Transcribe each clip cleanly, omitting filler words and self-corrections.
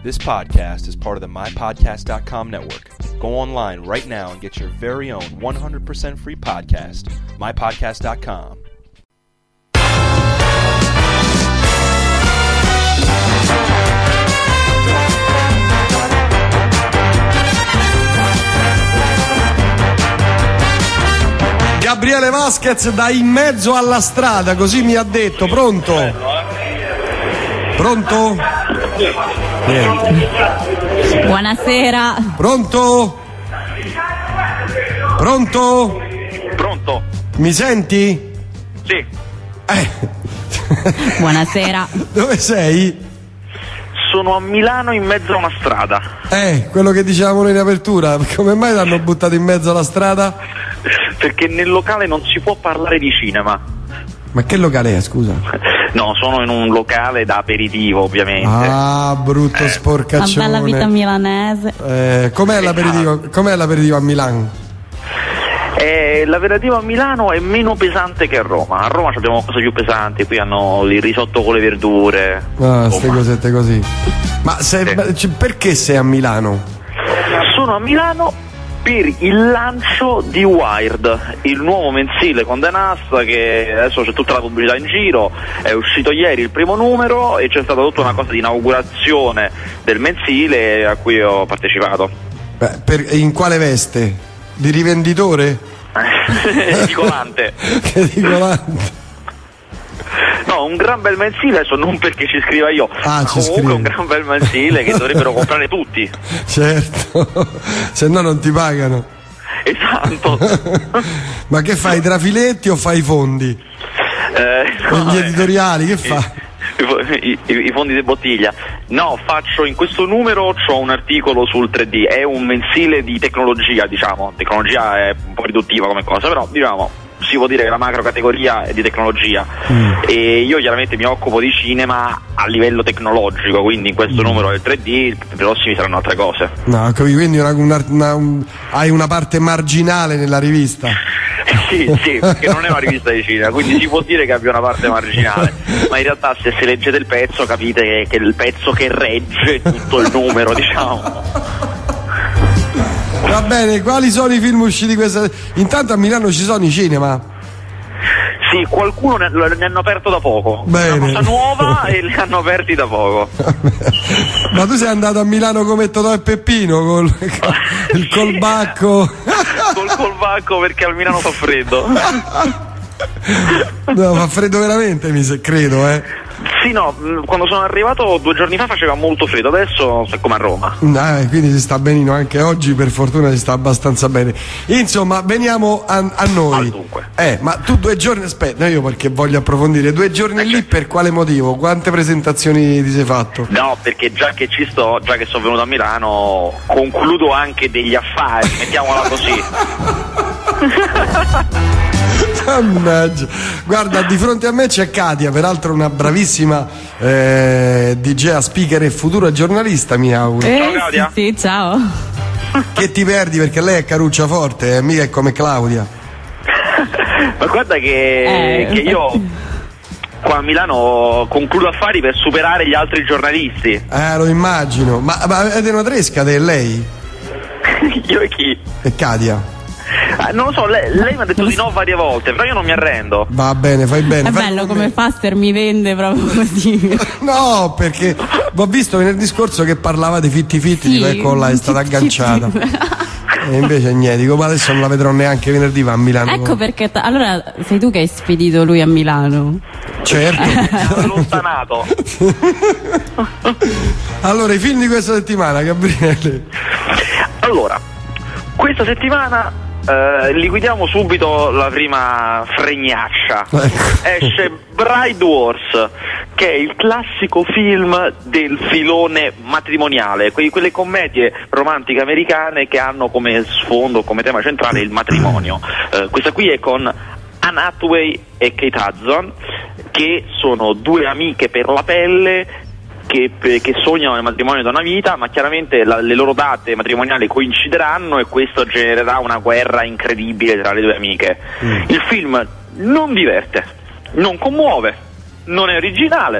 This podcast is part of the MyPodcast.com network. Go online right now and get your very own 100% free podcast, MyPodcast.com. Gabriele Vasquez da in mezzo alla strada, così mi ha detto. Pronto? Pronto? Niente. Buonasera. Pronto? Pronto? Pronto? Mi senti? Sì. Buonasera. Dove sei? Sono a Milano in mezzo a una strada. Quello che dicevamo noi in apertura. Come mai l'hanno buttato in mezzo alla strada? Perché nel locale non si può parlare di cinema. Ma che locale è, scusa? No, sono in un locale da aperitivo, ovviamente. Ah, brutto sporcaccione. La bella vita milanese. Com'è l'aperitivo a Milano? L'aperitivo a Milano è meno pesante che a Roma. A Roma abbiamo cose più pesanti, qui hanno il risotto con le verdure. Ah, ste cosette così. Ma perché sei a Milano? Sono a Milano per il lancio di Wired, il nuovo mensile con The Nast, che adesso c'è tutta la pubblicità in giro. È uscito ieri il primo numero e c'è stata tutta una cosa di inaugurazione del mensile a cui ho partecipato. In quale veste? Di rivenditore? Edicolante. Che edicolante. No, un gran bel mensile, adesso non perché ci scriva io, comunque un gran bel mensile che dovrebbero comprare tutti. Certo, se no non ti pagano. Esatto. Ma che fai, trafiletti o fai i fondi? Gli editoriali, che fai? I fondi di bottiglia. No, faccio in questo numero c'ho un articolo sul 3D, è un mensile di tecnologia, diciamo. Tecnologia è un po' riduttiva come cosa, però diciamo si può dire che la macro categoria è di tecnologia. E io chiaramente mi occupo di cinema a livello tecnologico, quindi in questo numero del 3D i prossimi saranno altre cose. No, quindi hai una parte marginale nella rivista. Sì, perché non è una rivista di cinema, quindi si può dire che abbia una parte marginale, ma in realtà se leggete il pezzo capite che è il pezzo che regge tutto il numero, diciamo. Va bene, quali sono i film usciti questa? Intanto a Milano ci sono i cinema? Sì, qualcuno ne hanno aperto da poco. Bene. Una cosa nuova e li hanno aperti da poco. Ma tu sei andato a Milano come Totò e Peppino col colbacco? Col colbacco perché a Milano fa freddo. No, fa freddo veramente, credo, Sì, no, quando sono arrivato 2 giorni fa faceva molto freddo, adesso è come a Roma. Quindi si sta benino, anche oggi per fortuna si sta abbastanza bene. Insomma, veniamo a noi. Dunque. Ma tu 2 giorni, aspetta, io perché voglio approfondire, 2 giorni lì per quale motivo? Quante presentazioni ti sei fatto? No, perché già che sono venuto a Milano, concludo anche degli affari, mettiamola così. Mannaggia. Guarda, di fronte a me c'è Katia, peraltro una bravissima DJ, speaker e futura giornalista, mi auguro. Ciao Claudia. Sì, ciao. Che ti perdi perché lei è caruccia forte, mica è come Claudia. Ma guarda che io qua a Milano concludo affari per superare gli altri giornalisti. Lo immagino. Ma avete una tresca te e lei? Io e chi? E Katia. Non lo so, lei mi ha detto di no varie volte, però io non mi arrendo. Va bene, fai bene. È bello come Faster mi vende proprio così. No, perché ho visto venerdì scorso che parlava dei fitti, sì, dico, ecco là, è stata agganciata. E invece niente, dico, ma adesso non la vedrò neanche venerdì, va a Milano. Ecco perché, allora sei tu che hai spedito lui a Milano? Certo. È allontanato. Allora, i film di questa settimana, Gabriele. Allora, questa settimana liquidiamo subito la prima fregnaccia. Esce Bride Wars, che è il classico film del filone matrimoniale, quelle commedie romantiche americane che hanno come sfondo, come tema centrale il matrimonio. Questa qui è con Anne Hathaway e Kate Hudson, che sono 2 amiche per la pelle che sognano il matrimonio da una vita, ma chiaramente le loro date matrimoniali coincideranno e questo genererà una guerra incredibile tra le 2 amiche. Il film non diverte, non commuove, non è originale,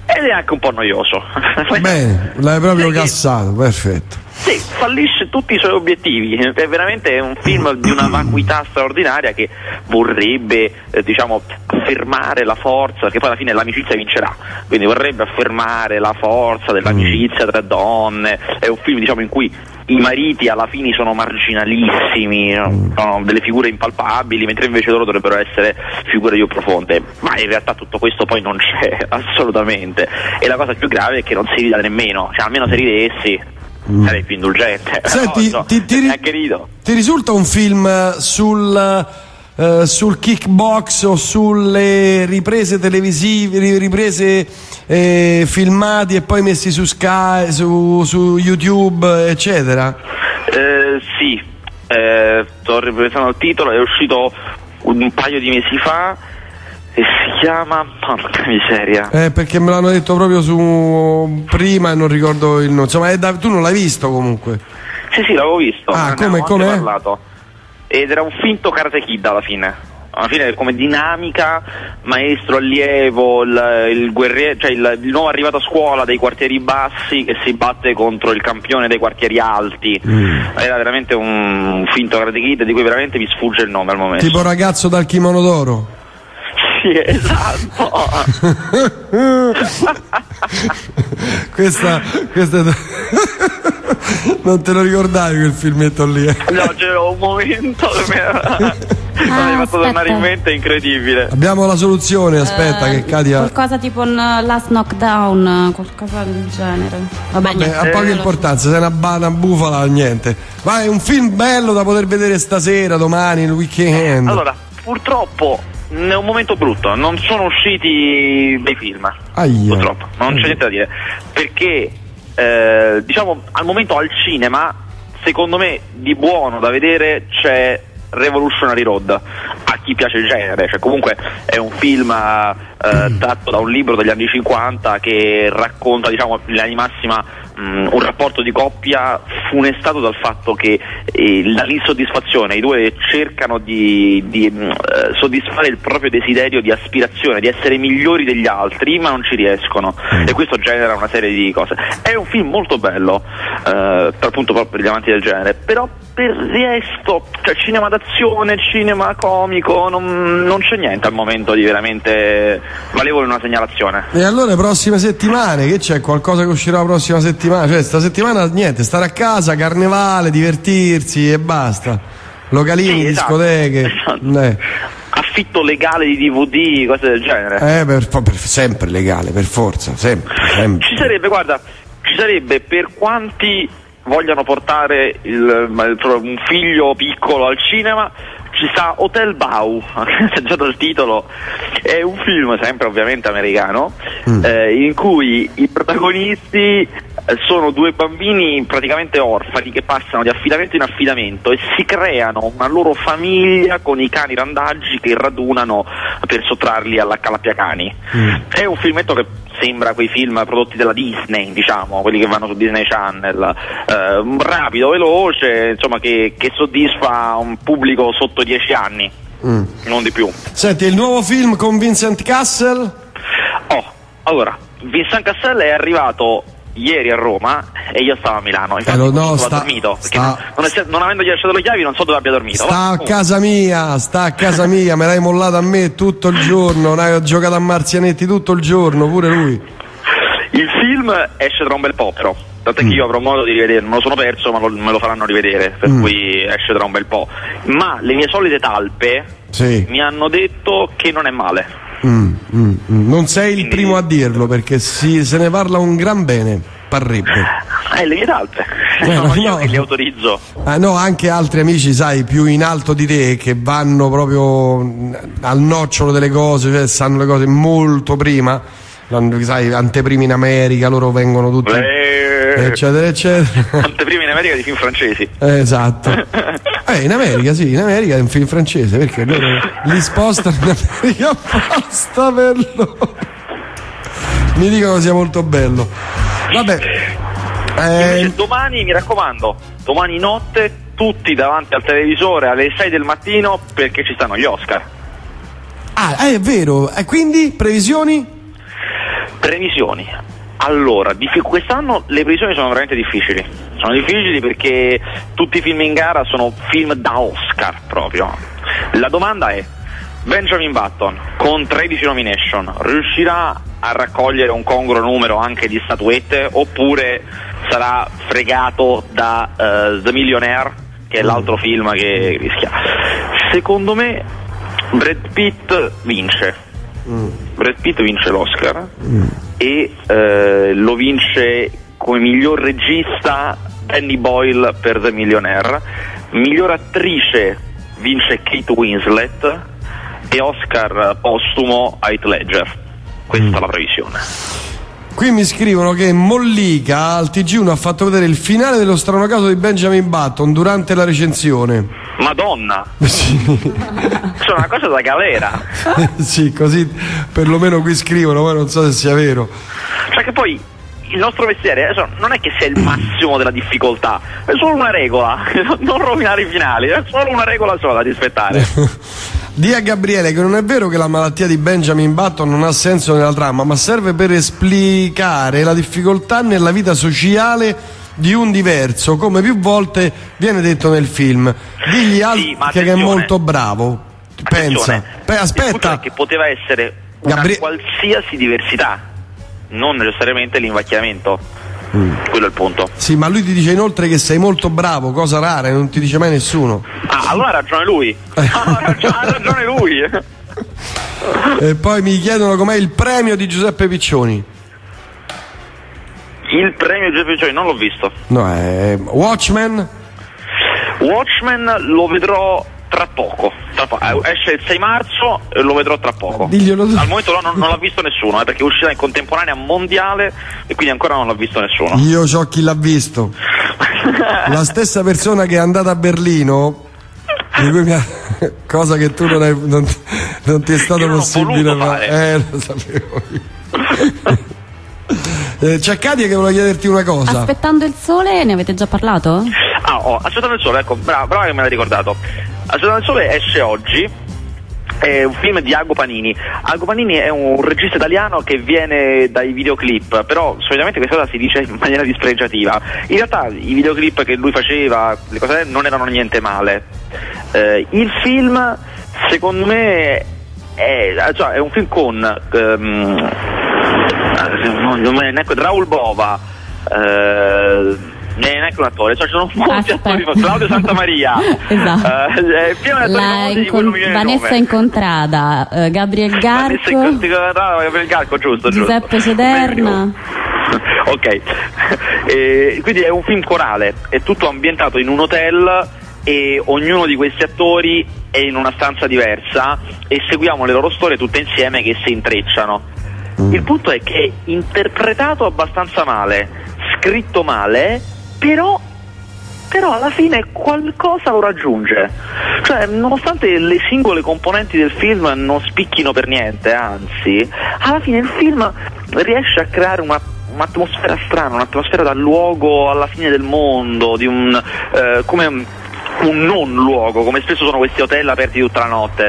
ed è anche un po' noioso. Bene, l'hai proprio cassato, perfetto. Sì, fallisce tutti i suoi obiettivi, è veramente un film di una vacuità straordinaria che vorrebbe, affermare la forza, perché poi alla fine l'amicizia vincerà, quindi vorrebbe affermare la forza dell'amicizia tra donne, è un film in cui i mariti alla fine sono marginalissimi, sono delle figure impalpabili, mentre invece loro dovrebbero essere figure più profonde, ma in realtà tutto questo poi non c'è assolutamente, e la cosa più grave è che non si ride nemmeno, almeno se ridessi sarei più indulgente. Senti, ti risulta un film sul kickbox o sulle riprese televisive, riprese filmati e poi messi su Sky, su YouTube, eccetera? Sì, sto ripensando il titolo, è uscito un paio di mesi fa e si chiama, porca miseria, perché me l'hanno detto proprio su prima e non ricordo il nome, insomma tu non l'hai visto comunque? Sì, l'avevo visto, come parlato, ed era un finto Karate Kid alla fine come dinamica, maestro allievo, il guerriero, cioè il nuovo arrivato a scuola dei quartieri bassi che si batte contro il campione dei quartieri alti. Era veramente un finto Karate Kid di cui veramente mi sfugge il nome al momento. Tipo Ragazzo dal kimono d'oro? Sì, esatto. questa non te lo ricordavi quel filmetto lì? No, c'era un momento che mi ha fatto tornare in mente, incredibile. Abbiamo la soluzione, aspetta che Katia. Qualcosa tipo un Last Knockdown, qualcosa del genere. Vabbè, ha poca importanza, sei una bufala, niente. Ma è un film bello da poter vedere stasera, domani, il weekend. Allora, purtroppo è un momento brutto, non sono usciti dei film. Purtroppo, non c'è niente da dire. Perché al momento al cinema, secondo me, di buono da vedere c'è Revolutionary Road, a chi piace il genere, cioè comunque è un film tratto da un libro degli anni 50 che racconta, in linea di massima, un rapporto di coppia funestato dal fatto che l'insoddisfazione, i due cercano di soddisfare il proprio desiderio di aspirazione, di essere migliori degli altri, ma non ci riescono, e questo genera una serie di cose. È un film molto bello dal punto proprio per gli amanti del genere, però per il resto, cioè cinema d'azione, cinema comico, non c'è niente al momento di veramente valevole una segnalazione. E allora prossime settimane, che c'è? Qualcosa che uscirà la prossima settimana? Cioè sta settimana niente, stare a casa, carnevale, divertirsi e basta. Localini, sì, esatto, discoteche. Esatto. Affitto legale di DVD, cose del genere. Sempre legale, per forza, sempre. Ci sarebbe per quanti vogliano portare un figlio piccolo al cinema, ci sta Hotel Bau, già dal titolo, è un film sempre ovviamente americano, in cui i protagonisti sono due bambini praticamente orfani che passano di affidamento in affidamento e si creano una loro famiglia con i cani randaggi che radunano per sottrarli alla calappia cani. È un filmetto che sembra quei film prodotti dalla Disney, quelli che vanno su Disney Channel, rapido, veloce, insomma che soddisfa un pubblico sotto 10 anni, non di più. Senti, il nuovo film con Vincent Cassel? Allora, Vincent Cassel è arrivato ieri a Roma e io stavo a Milano, infatti ho dormito, perché non avendogli lasciato le chiavi non so dove abbia dormito. Sta a casa mia, me l'hai mollato a me tutto il giorno, ho giocato a marzianetti tutto il giorno, pure lui. Il film esce tra un bel po', però tant'è che io avrò modo di rivedere, non lo sono perso, ma me lo faranno rivedere, per cui esce tra un bel po'. Ma le mie solite talpe mi hanno detto che non è male. Non sei il primo a dirlo, perché se ne parla un gran bene, parrebbe. Le mie talpe, io che li autorizzo. No, anche altri amici, sai, più in alto di te, che vanno proprio al nocciolo delle cose, cioè sanno le cose molto prima, sai, anteprimi in America, loro vengono tutti eccetera eccetera. Anteprimi in America di film francesi. Esatto. In America è un film francese, perché loro li spostano in America apposta per loro. Mi dicono sia molto bello. Vabbè. Invece domani, mi raccomando, domani notte tutti davanti al televisore alle 6 del mattino, perché ci stanno gli Oscar. È vero. E quindi previsioni? Previsioni. Allora, quest'anno le previsioni sono veramente difficili. Sono difficili perché tutti i film in gara sono film da Oscar proprio. La domanda è: Benjamin Button con 13 nomination riuscirà a raccogliere un congruo numero anche di statuette, oppure sarà fregato da The Millionaire, che è l'altro film che rischia? Secondo me Brad Pitt vince. Brad Pitt vince l'Oscar e lo vince come miglior regista Danny Boyle per The Millionaire. Miglior attrice vince Kate Winslet e Oscar postumo a Heath Ledger. Questa è la previsione. Qui mi scrivono che Mollica al TG1 ha fatto vedere il finale dello strano caso di Benjamin Button durante la recensione. Madonna! Sì. Sono una cosa da galera. Sì, così perlomeno qui scrivono, poi non so se sia vero. Cioè che poi il nostro mestiere adesso non è che sia il massimo della difficoltà, è solo una regola, non rovinare i finali, è solo una regola sola da rispettare. Dì a Gabriele che non è vero che la malattia di Benjamin Button non ha senso nella trama, ma serve per esplicare la difficoltà nella vita sociale di un diverso, come più volte viene detto nel film. Digli che è molto bravo. Pensa. Aspetta. Che poteva essere una qualsiasi diversità, non necessariamente l'invecchiamento. Quello è il punto. Sì, ma lui ti dice inoltre che sei molto bravo, cosa rara, non ti dice mai nessuno. Ah, allora ha ragione lui. Ha ragione lui. E poi mi chiedono com'è il premio di Giuseppe Piccioni. Il premio di Giuseppe Piccioni non l'ho visto. No, è Watchmen lo vedrò tra poco. Esce il 6 marzo e lo vedrò tra poco. Diglielo tu. Al momento non l'ha visto nessuno, perché uscirà in contemporanea mondiale e quindi ancora non l'ha visto nessuno. Io so chi l'ha visto. La stessa persona che è andata a Berlino, di cui cosa che tu non ti è stato possibile fare. Lo sapevo io. C'è Katia che voleva chiederti una cosa. Aspettando il sole, ne avete già parlato? Aspettando il sole, ecco, brava che me l'hai ricordato. Aspettando il sole esce oggi, è un film di Ago Panini. Ago Panini è un regista italiano che viene dai videoclip, però solitamente questa cosa si dice in maniera dispregiativa. In realtà i videoclip che lui faceva, le cose non erano niente male. Il film, secondo me, è un film con Raul Bova, neanche un attore, cioè ci sono molti attori, Claudio Santamaria, esatto. Vanessa Incontrada, Gabriel Garco, giusto. Giuseppe Cederna. Ok, quindi è un film corale, è tutto ambientato in un hotel e ognuno di questi attori è in una stanza diversa e seguiamo le loro storie tutte insieme che si intrecciano. Il punto è che è interpretato abbastanza male, scritto male, però alla fine qualcosa lo raggiunge. Cioè, nonostante le singole componenti del film non spicchino per niente, anzi, alla fine il film riesce a creare un'atmosfera strana, un'atmosfera da luogo alla fine del mondo, di come un non luogo, come spesso sono questi hotel aperti tutta la notte.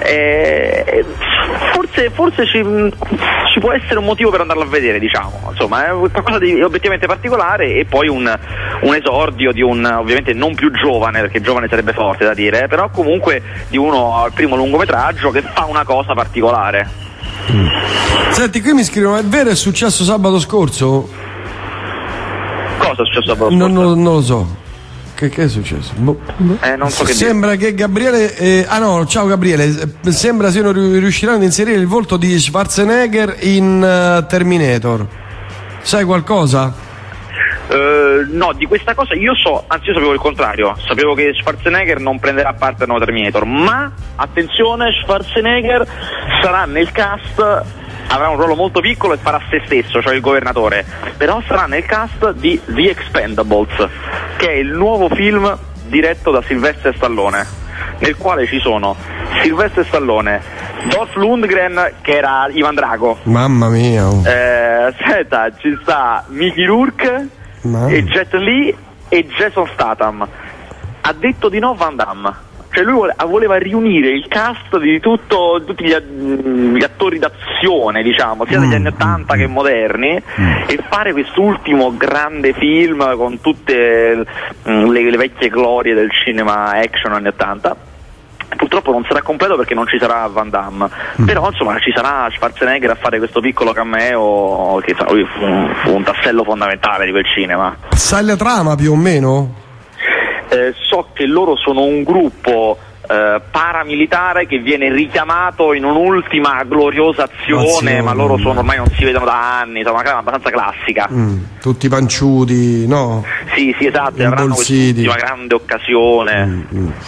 Forse ci può essere un motivo per andarlo a vedere, diciamo. Insomma, è qualcosa di obiettivamente particolare e poi un esordio di un, ovviamente non più giovane, perché giovane sarebbe forte da dire, però comunque di uno al primo lungometraggio che fa una cosa particolare. Senti, qui mi scrivono: è vero, è successo sabato scorso? Cosa è successo sabato scorso? Non lo so. Che è successo? Non so che sembra dire. Che Gabriele ciao Gabriele, sembra siano riusciranno ad inserire il volto di Schwarzenegger in Terminator. Sai qualcosa? No, di questa cosa io sapevo il contrario. Sapevo che Schwarzenegger non prenderà parte al nuovo Terminator, ma attenzione, Schwarzenegger sarà nel cast, avrà un ruolo molto piccolo e farà se stesso, cioè il governatore, però sarà nel cast di The Expendables, che è il nuovo film diretto da Sylvester Stallone, nel quale ci sono Sylvester Stallone, Dolph Lundgren che era Ivan Drago, mamma mia, ci sta Mickey Rourke e Jet Li e Jason Statham. Ha detto di no Van Damme. Cioè lui voleva riunire il cast di tutti gli attori d'azione, diciamo, sia degli anni 80 che moderni, e fare quest'ultimo grande film con tutte le vecchie glorie del cinema action anni 80. Purtroppo non sarà completo perché non ci sarà Van Damme, però insomma ci sarà Schwarzenegger a fare questo piccolo cameo che lui fu un tassello fondamentale di quel cinema. Sai la trama più o meno? So che loro sono un gruppo paramilitare che viene richiamato in un'ultima gloriosa azione, ma loro ormai non si vedono da anni, insomma, una abbastanza classica. Tutti panciuti, no? Sì, esatto, avranno quest'ultima grande occasione.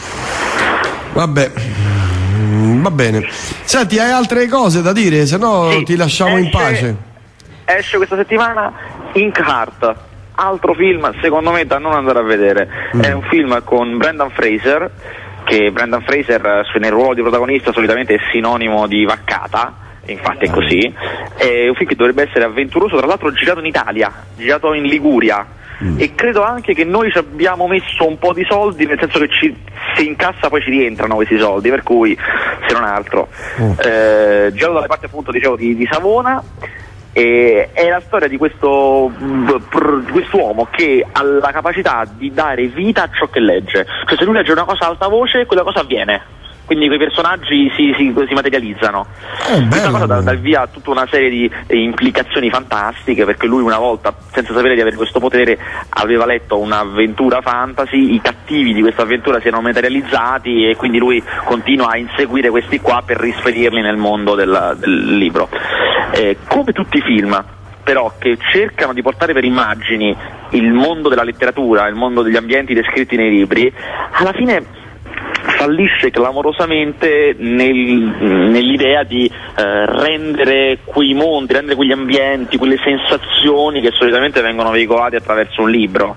Vabbè, va bene. Senti, hai altre cose da dire? Se no ti lasciamo in pace. Esce questa settimana Inkheart, altro film secondo me da non andare a vedere. È un film con Brendan Fraser, che Brendan Fraser nel ruolo di protagonista solitamente è sinonimo di vaccata, infatti è così. È un film che dovrebbe essere avventuroso, tra l'altro girato in Italia, girato in Liguria, e credo anche che noi ci abbiamo messo un po' di soldi, nel senso che se in cassa poi ci rientrano questi soldi, per cui se non altro girato dalle parti appunto dicevo di Savona. E è la storia di quest'uomo che ha la capacità di dare vita a ciò che legge, cioè se lui legge una cosa a alta voce quella cosa avviene, quindi quei personaggi si materializzano. Questa cosa dà via a tutta una serie di implicazioni fantastiche, perché lui una volta, senza sapere di avere questo potere, aveva letto un'avventura fantasy, i cattivi di questa avventura si erano materializzati e quindi lui continua a inseguire questi qua per rispedirli nel mondo del libro. Come tutti i film però che cercano di portare per immagini il mondo della letteratura, il mondo degli ambienti descritti nei libri, alla fine fallisce clamorosamente nell'idea di rendere quei mondi, rendere quegli ambienti, quelle sensazioni che solitamente vengono veicolate attraverso un libro.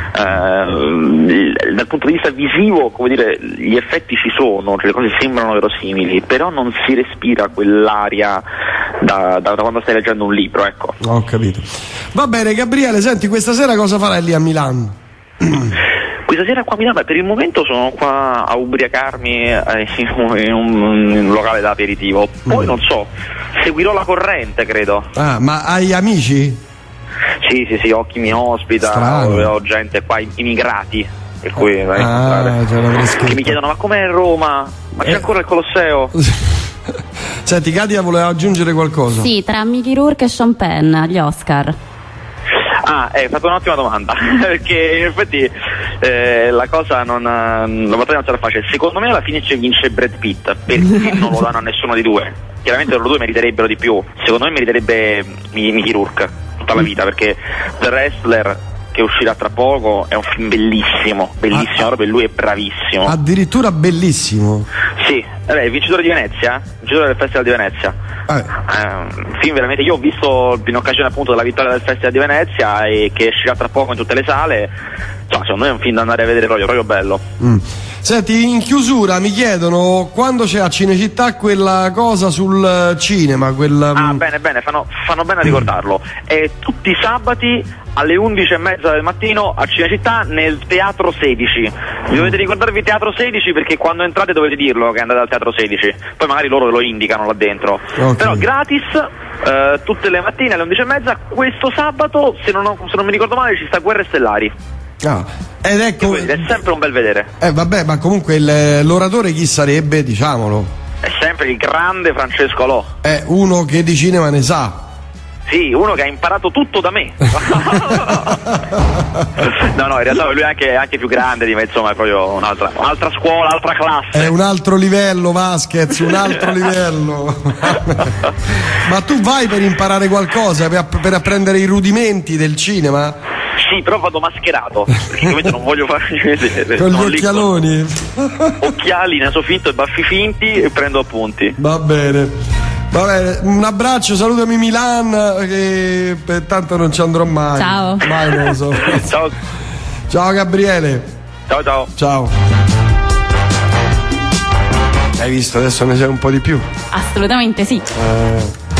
Dal punto di vista visivo, come dire, gli effetti ci sono, cioè le cose sembrano verosimili, però non si respira quell'aria da quando stai leggendo un libro, ecco. Ho capito. Va bene, Gabriele, senti, questa sera cosa farai lì a Milano? Questa sera qua a Milano, per il momento sono qua a ubriacarmi in un locale da aperitivo, poi non so, seguirò la corrente, credo. Ah, ma hai amici? Sì, ho chi mi ospita, ho gente qua, immigrati, per cui che mi chiedono: ma com'è Roma? Ma c'è ancora il Colosseo? Senti, Katia voleva aggiungere qualcosa? Sì, tra Mickey Rourke e Sean Penn agli Oscar. Hai fatto un'ottima domanda, perché in effetti la cosa la battaglia non sarà facile. Secondo me alla fine vince Brad Pitt, perché non lo danno a nessuno di due. Chiaramente loro due meriterebbero di più, secondo me meriterebbe Mickey Rourke tutta la vita, perché The Wrestler, che uscirà tra poco, è un film bellissimo, proprio lui è bravissimo. Addirittura bellissimo? Sì, il vincitore di Venezia, vincitore del Festival di Venezia. Un film veramente, io ho visto in occasione appunto della vittoria del Festival di Venezia e che uscirà tra poco in tutte le sale. Secondo me è un film da andare a vedere proprio bello. Senti, in chiusura mi chiedono quando c'è a Cinecittà quella cosa sul cinema, bene, fanno bene a ricordarlo. È tutti i sabati alle 11:30 del mattino a Cinecittà nel Teatro 16. Dovete ricordarvi Teatro 16 perché quando entrate dovete dirlo che andate al Teatro 16, poi magari loro ve lo indicano là dentro. Però gratis, tutte le mattine alle 11:30. Questo sabato, se non mi ricordo male, ci sta Guerre Stellari. Ed ecco, è sempre un bel vedere. Vabbè, ma comunque l'oratore chi sarebbe, diciamolo? È sempre il grande Francesco Lò. È uno che di cinema ne sa. Sì, uno che ha imparato tutto da me. No, in realtà lui è anche più grande di me, insomma, è proprio un'altra scuola, altra classe. È un altro livello, Vasquez, un altro livello. Ma tu vai per imparare qualcosa, per apprendere i rudimenti del cinema? Sì, però vado mascherato, perché ovviamente non voglio farmi vedere. Con gli occhialoni. Occhiali, naso finto e baffi finti e prendo appunti. Va bene, un abbraccio, salutami Milan, che tanto non ci andrò mai. Ciao. Mai non lo so. Ciao Gabriele. Ciao. Hai visto, adesso ne sai un po' di più? Assolutamente sì.